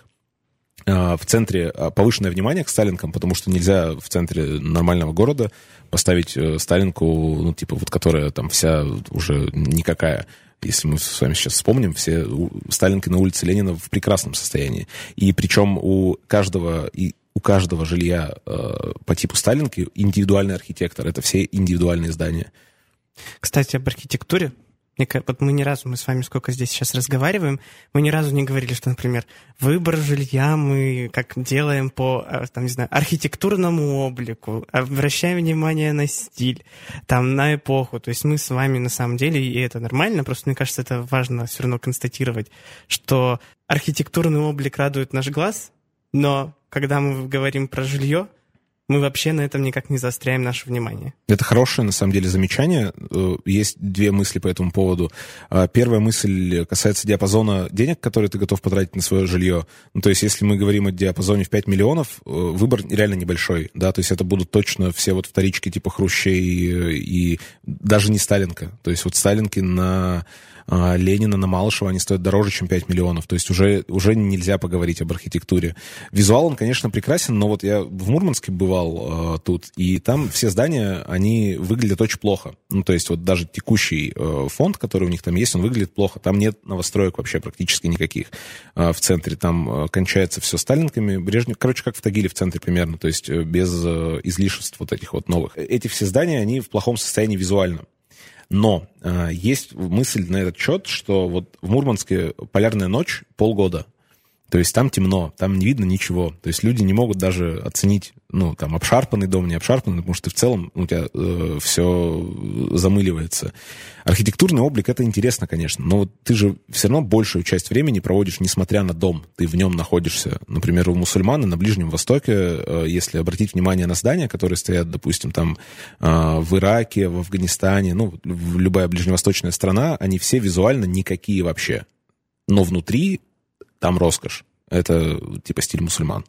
В центре повышенное внимание к Сталинкам, потому что нельзя в центре нормального города поставить Сталинку, ну, типа, вот которая там вся уже никакая. Если мы с вами сейчас вспомним, все Сталинки на улице Ленина в прекрасном состоянии. И причем у каждого... И у каждого жилья э, по типу Сталинки индивидуальный архитектор. Это все индивидуальные здания. Кстати, об архитектуре. Вот мы ни разу, мы с вами сколько здесь сейчас разговариваем, мы ни разу не говорили, что, например, выбор жилья мы как делаем по, там, не знаю, архитектурному облику, обращаем внимание на стиль, там, на эпоху. То есть мы с вами на самом деле, и это нормально, просто мне кажется, это важно все равно констатировать, что архитектурный облик радует наш глаз, но когда мы говорим про жилье, мы вообще на этом никак не заостряем наше внимание. Это хорошее, на самом деле, замечание. Есть две мысли по этому поводу. Первая мысль касается диапазона денег, которые ты готов потратить на свое жилье. Ну, то есть, если мы говорим о диапазоне в пять миллионов, выбор реально небольшой, да, то есть это будут точно все вот вторички типа Хрущей и, и даже не Сталинка. То есть вот Сталинки на Ленина, на Малышева, они стоят дороже, чем пять миллионов. То есть уже, уже нельзя поговорить об архитектуре. Визуал, он, конечно, прекрасен, но вот я в Мурманске бывал э, тут, и там все здания, они выглядят очень плохо. Ну, то есть вот даже текущий э, фонд, который у них там есть, он выглядит плохо. Там нет новостроек вообще практически никаких э, в центре. Там э, кончается все Сталинками, Брежнев, короче, как в Тагиле в центре примерно, то есть э, без э, излишеств вот этих вот новых. Эти все здания, они в плохом состоянии визуально. Но э, есть мысль на этот счет, что вот в Мурманске полярная ночь полгода. То есть там темно, там не видно ничего. То есть люди не могут даже оценить, ну, там, обшарпанный дом, не обшарпанный, потому что в целом у тебя э, все замыливается. Архитектурный облик — это интересно, конечно, но вот ты же все равно большую часть времени проводишь, несмотря на дом. Ты в нем находишься. Например, у мусульман на Ближнем Востоке, э, если обратить внимание на здания, которые стоят, допустим, там э, в Ираке, в Афганистане, ну, в любая ближневосточная страна, они все визуально никакие вообще. Но внутри там роскошь. Это типа стиль мусульман.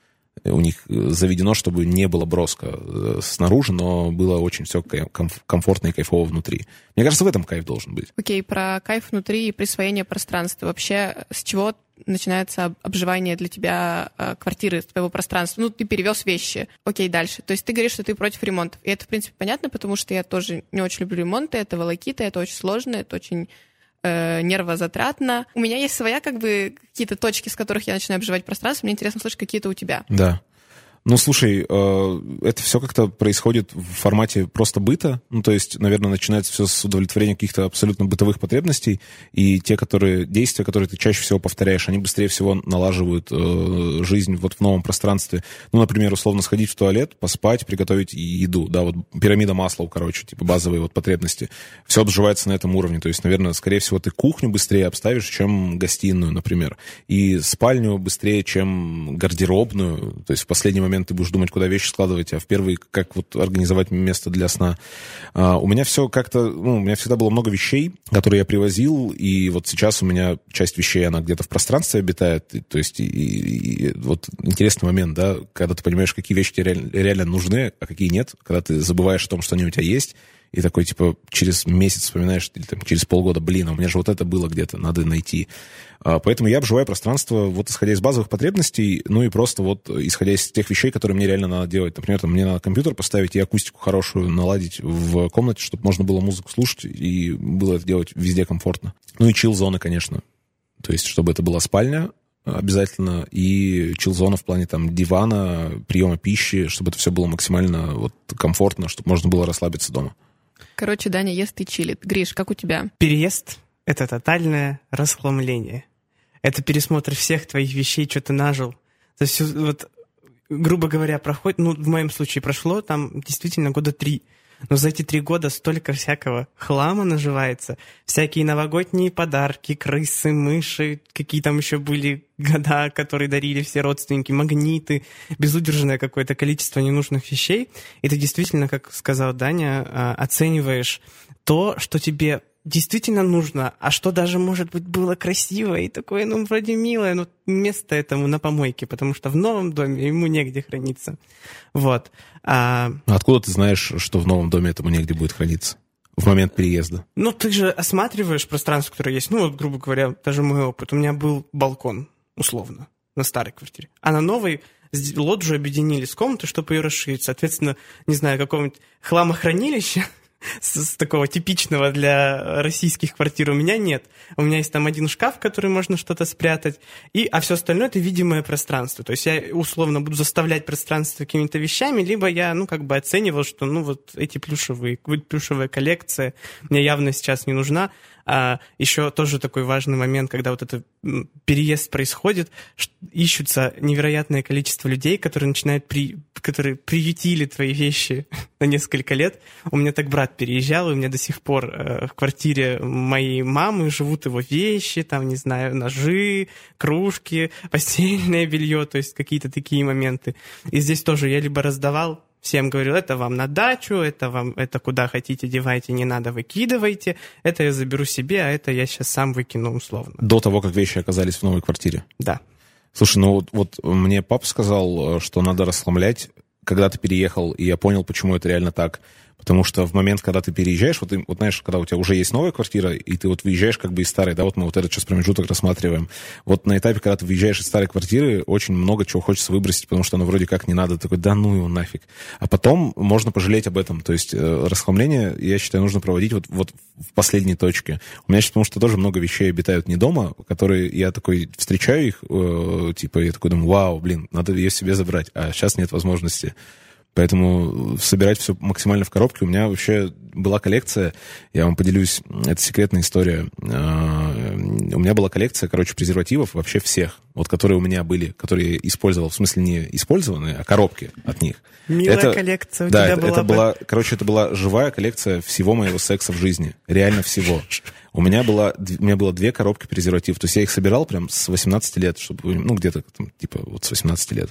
У них заведено, чтобы не было броско снаружи, но было очень все комфортно и кайфово внутри. Мне кажется, в этом кайф должен быть. Окей, okay, про кайф внутри и присвоение пространства. Вообще, с чего начинается обживание для тебя квартиры, твоего пространства? Ну, ты перевез вещи. Окей, okay, дальше. То есть ты говоришь, что ты против ремонтов. И это, в принципе, понятно, потому что я тоже не очень люблю ремонты. Это волокита, это очень сложно, это очень нервозатратно. У меня есть своя, как бы, какие-то точки, с которых я начинаю обживать пространство. Мне интересно слышать какие-то у тебя. Да. Ну, слушай, это все как-то происходит в формате просто быта. Ну, то есть, наверное, начинается все с удовлетворения каких-то абсолютно бытовых потребностей. И те, которые, действия, которые ты чаще всего повторяешь, они быстрее всего налаживают э, жизнь вот в новом пространстве. Ну, например, условно сходить в туалет, поспать, приготовить еду. Да, вот пирамида Маслоу, короче, типа базовые вот потребности. Все обживается на этом уровне. То есть, наверное, скорее всего, ты кухню быстрее обставишь, чем гостиную, например. И спальню быстрее, чем гардеробную. То есть, в последний момент ты будешь думать, куда вещи складывать, а в первый, как вот организовать место для сна. А, у меня все как-то, ну, у меня всегда было много вещей, которые я привозил, и вот сейчас у меня часть вещей, она где-то в пространстве обитает, и, то есть, и, и, и вот интересный момент, да, когда ты понимаешь, какие вещи тебе реально, реально нужны, а какие нет, когда ты забываешь о том, что они у тебя есть, и такой, типа, через месяц вспоминаешь, или там, через полгода, блин, а у меня же вот это было где-то, надо найти. Поэтому я обживаю пространство, вот исходя из базовых потребностей, ну и просто вот исходя из тех вещей, которые мне реально надо делать. Например, там, мне надо компьютер поставить и акустику хорошую наладить в комнате, чтобы можно было музыку слушать и было это делать везде комфортно. Ну и чилл-зоны, конечно. То есть, чтобы это была спальня обязательно, и чилл-зона в плане там дивана, приема пищи, чтобы это все было максимально вот комфортно, чтобы можно было расслабиться дома. Короче, Даня ест и чилит. Гриш, как у тебя? Переезд — это тотальное расхламление. Это пересмотр всех твоих вещей, что ты нажил. То есть вот грубо говоря, проходит, ну, в моем случае прошло там действительно года три. Но за эти три года столько всякого хлама наживается. Всякие новогодние подарки, крысы, мыши, какие там еще были года, которые дарили все родственники, магниты, безудержное какое-то количество ненужных вещей. И ты действительно, как сказал Даня, оцениваешь то, что тебе действительно нужно, а что даже, может быть, было красиво и такое, ну, вроде милое, но место этому на помойке, потому что в новом доме ему негде храниться. Вот. А... Откуда ты знаешь, что в новом доме этому негде будет храниться? В момент переезда? Ну, ты же осматриваешь пространство, которое есть. Ну, вот, грубо говоря, даже мой опыт. У меня был балкон, условно, на старой квартире. А на новой лоджию объединили с комнатой, чтобы ее расширить. Соответственно, не знаю, какого-нибудь хламохранилища, С, с такого типичного для российских квартир у меня нет. У меня есть там один шкаф, в который можно что-то спрятать, и, а все остальное — это видимое пространство. То есть я условно буду заставлять пространство какими-то вещами, либо я, ну, как бы оценивал, что, ну, вот эти плюшевые, плюшевая коллекция мне явно сейчас не нужна. А еще тоже такой важный момент, когда вот этот переезд происходит, ищутся невероятное количество людей, которые начинают при... которые приютили твои вещи на несколько лет. У меня так брат переезжал, и у меня до сих пор э, в квартире моей мамы живут его вещи, там, не знаю, ножи, кружки, постельное белье, то есть какие-то такие моменты. И здесь тоже я либо раздавал, всем говорил, это вам на дачу, это вам, это куда хотите девайте, не надо выкидывайте, это я заберу себе, а это я сейчас сам выкину условно. До того, как вещи оказались в новой квартире? Да. Слушай, ну вот, вот мне папа сказал, что надо расхламлять, когда ты переехал, и я понял, почему это реально так. Потому что в момент, когда ты переезжаешь, вот, вот знаешь, когда у тебя уже есть новая квартира, и ты вот выезжаешь как бы из старой, да, вот мы вот этот сейчас промежуток рассматриваем. Вот на этапе, когда ты выезжаешь из старой квартиры, очень много чего хочется выбросить, потому что оно вроде как не надо, такой, да ну его нафиг. А потом можно пожалеть об этом. То есть э, расхламление, я считаю, нужно проводить вот, вот в последней точке. У меня сейчас, потому что тоже много вещей обитают не дома, которые я такой встречаю их, э, типа, я такой думаю, вау, блин, надо ее себе забрать, а сейчас нет возможности. Поэтому собирать все максимально в коробке. У меня вообще была коллекция, я вам поделюсь, это секретная история. У меня была коллекция, короче, презервативов вообще всех, вот которые у меня были, которые я использовал, в смысле не использованные, а коробки от них. Милая это, коллекция у да, тебя это, была. это бы... была, короче, это была живая коллекция всего моего секса в жизни. Реально всего. У меня, была, у меня было две коробки презервативов. То есть я их собирал прям с восемнадцати лет, чтобы, ну, где-то там, типа вот с восемнадцати лет.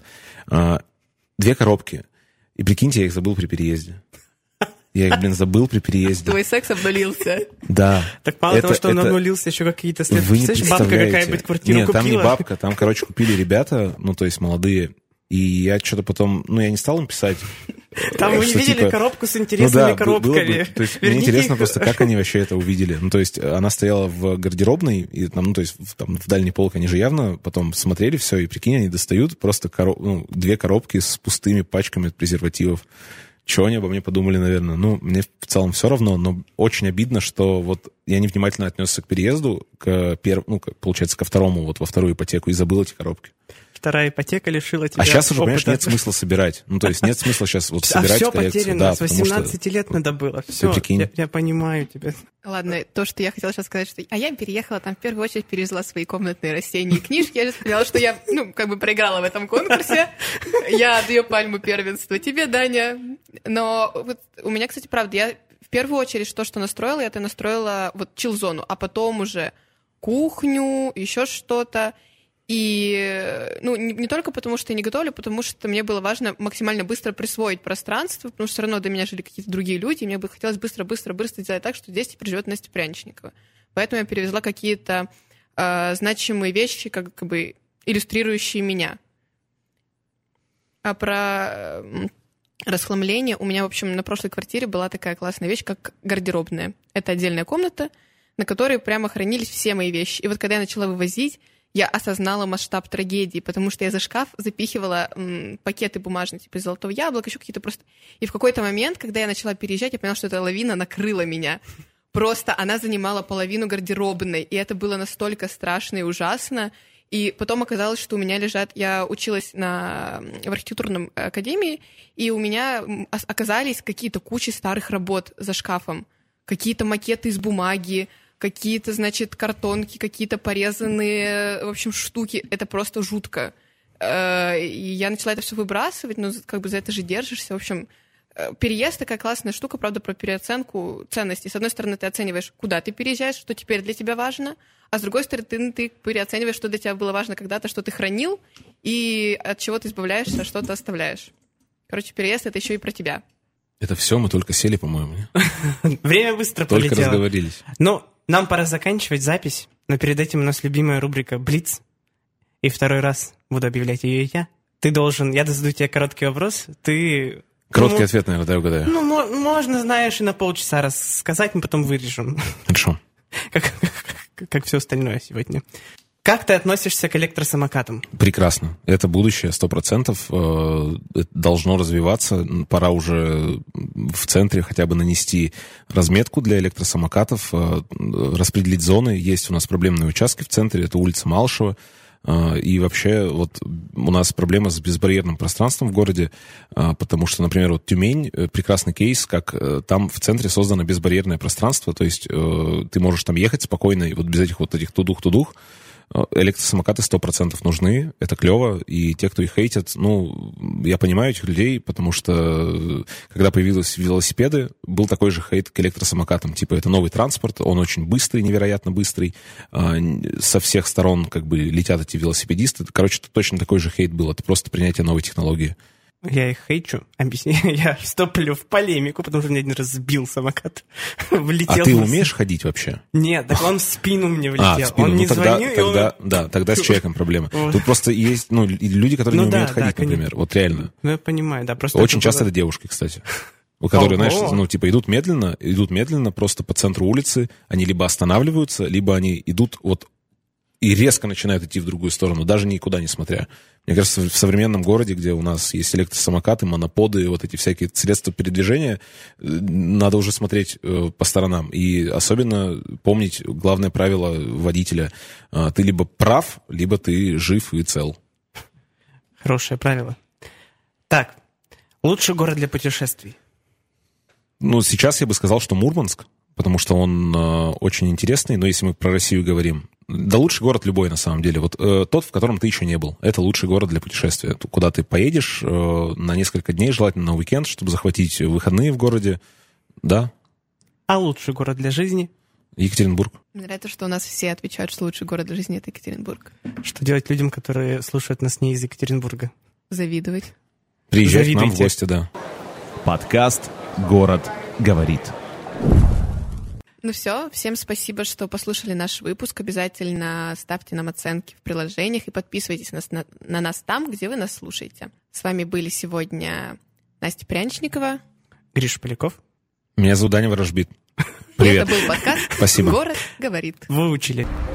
Две коробки. И прикиньте, я их забыл при переезде. Я их, блин, забыл при переезде. Твой секс обнулился. Да. Так мало это, того, что это... он обнулился, еще какие-то следствия. Вы не Представляешь, бабка какая-нибудь квартиру Нет, купила? там не бабка, там, короче, купили ребята, ну, то есть молодые. И я что-то потом... Ну, я не стал им писать. Там мы не видели типа, коробку с интересными ну, да, коробками. Бы, то есть мне интересно их. просто, как они вообще это увидели. Ну, то есть она стояла в гардеробной, и там, ну, то есть в, там, в дальний полк они же явно потом смотрели все, и прикинь, они достают просто короб... ну, две коробки с пустыми пачками презервативов. Чего они обо мне подумали, наверное? Ну, мне в целом все равно, но очень обидно, что вот я невнимательно отнесся к переезду, к пер... ну, получается, ко второму, вот во вторую ипотеку, и забыл эти коробки. Вторая ипотека лишила тебя А сейчас уже, опыта. Понимаешь, нет смысла собирать. Ну, то есть нет смысла сейчас вот собирать а все коллекцию. потеряно, Да, с восемнадцати лет надо было. Все, я, я понимаю тебя. Ладно, то, что я хотела сейчас сказать, что... А я переехала, там в первую очередь перевезла свои комнатные растения и книжки. Я же поняла, что я, ну, как бы проиграла в этом конкурсе. Я отдаю пальму первенства тебе, Даня. Но вот у меня, кстати, правда, я в первую очередь то, что настроила, я это настроила вот чил-зону, а потом уже кухню, еще что-то. И, ну, не, не только потому, что я не готовлю, потому что мне было важно максимально быстро присвоить пространство, потому что все равно до меня жили какие-то другие люди, и мне бы хотелось быстро-быстро-быстро сделать так, что здесь теперь живет Настя Пряничникова. Поэтому я перевезла какие-то э, значимые вещи, как, как бы иллюстрирующие меня. А про э, расхламление у меня, в общем, на прошлой квартире была такая классная вещь, как гардеробная. Это отдельная комната, на которой прямо хранились все мои вещи. И вот когда я начала вывозить, я осознала масштаб трагедии, потому что я за шкаф запихивала м, пакеты бумажные, типа из золотого яблока, еще какие-то просто... И в какой-то момент, когда я начала переезжать, я поняла, что эта лавина накрыла меня. Просто она занимала половину гардеробной, и это было настолько страшно и ужасно. И потом оказалось, что у меня лежат... Я училась на... в архитектурном академии, и у меня оказались какие-то кучи старых работ за шкафом. Какие-то макеты из бумаги, какие-то, значит, картонки, какие-то порезанные, в общем, штуки. Это просто жутко. И я начала это все выбрасывать, но как бы за это же держишься. В общем, переезд такая классная штука, правда, про переоценку ценностей. С одной стороны, ты оцениваешь, куда ты переезжаешь, что теперь для тебя важно, а с другой стороны, ты, ты переоцениваешь, что для тебя было важно когда-то, что ты хранил, и от чего ты избавляешься, а что ты оставляешь. Короче, переезд — это еще и про тебя. Это все, мы только сели, по-моему. Время быстро полетело. Только полетело. разговорились. Ну, нам пора заканчивать запись, но перед этим у нас любимая рубрика «Блиц». И второй раз буду объявлять ее я. Ты должен... Я задаю тебе короткий вопрос, ты... Короткий ну, ответ, наверное, да, угадаю. Ну, мо- можно, знаешь, и на полчаса рассказать, мы потом вырежем. Хорошо. Как, как, как все остальное сегодня. Как ты относишься к электросамокатам? Прекрасно. Это будущее, сто процентов. Должно развиваться. Пора уже в центре хотя бы нанести разметку для электросамокатов, распределить зоны. Есть у нас проблемные участки в центре. Это улица Малышева. И вообще вот у нас проблема с безбарьерным пространством в городе, потому что, например, вот Тюмень — прекрасный кейс, как там в центре создано безбарьерное пространство, то есть ты можешь там ехать спокойно, и вот без этих вот этих тудух-тудух. Электросамокаты сто процентов нужны, это клево, и те, кто их хейтят, ну, я понимаю этих людей, потому что когда появились велосипеды, был такой же хейт к электросамокатам, типа это новый транспорт, он очень быстрый, невероятно быстрый, со всех сторон как бы летят эти велосипедисты, короче, это точно такой же хейт был, это просто принятие новой технологии. Я их хейчу, объясни, я вступлю в полемику, потому что мне один раз сбил самокат, влетел. А ты умеешь ходить вообще? Нет, так он в спину мне влетел. А, в спину. Он ну, не тогда, звонил, тогда, он... Да, тогда с человеком проблема. Тут просто есть ну, люди, которые ну, не да, умеют ходить, да, например. конечно. Вот реально. Ну, я понимаю, да. Просто Очень это часто было... это девушки, кстати. У которых, Ого. знаешь, ну, типа, идут медленно, идут медленно просто по центру улицы, они либо останавливаются, либо они идут вот и резко начинают идти в другую сторону, даже никуда не смотря. Мне кажется, в современном городе, где у нас есть электросамокаты, моноподы, вот эти всякие средства передвижения, надо уже смотреть э, по сторонам. И особенно помнить главное правило водителя. Э, ты либо прав, либо ты жив и цел. Хорошее правило. Так, лучший город для путешествий? Ну, сейчас я бы сказал, что Мурманск, потому что он э, очень интересный, но если мы про Россию говорим, да лучший город любой на самом деле. Вот э, тот, в котором ты еще не был. Это лучший город для путешествия. Куда ты поедешь э, на несколько дней, желательно на уикенд, чтобы захватить выходные в городе. Да. А лучший город для жизни? Екатеринбург. Мне нравится, что у нас все отвечают, что лучший город для жизни — это Екатеринбург. Что делать людям, которые слушают нас не из Екатеринбурга? Завидовать. Приезжать Завидуйте. к нам в гости, да. Подкаст «Город говорит». Ну все, всем спасибо, что послушали наш выпуск. Обязательно ставьте нам оценки в приложениях и подписывайтесь на, на, на нас там, где вы нас слушаете. С вами были сегодня Настя Пряничникова, Гриша Поляков. Меня зовут Даня Ворожбит. И Привет. это был подкаст Спасибо. «Город говорит». Выучили.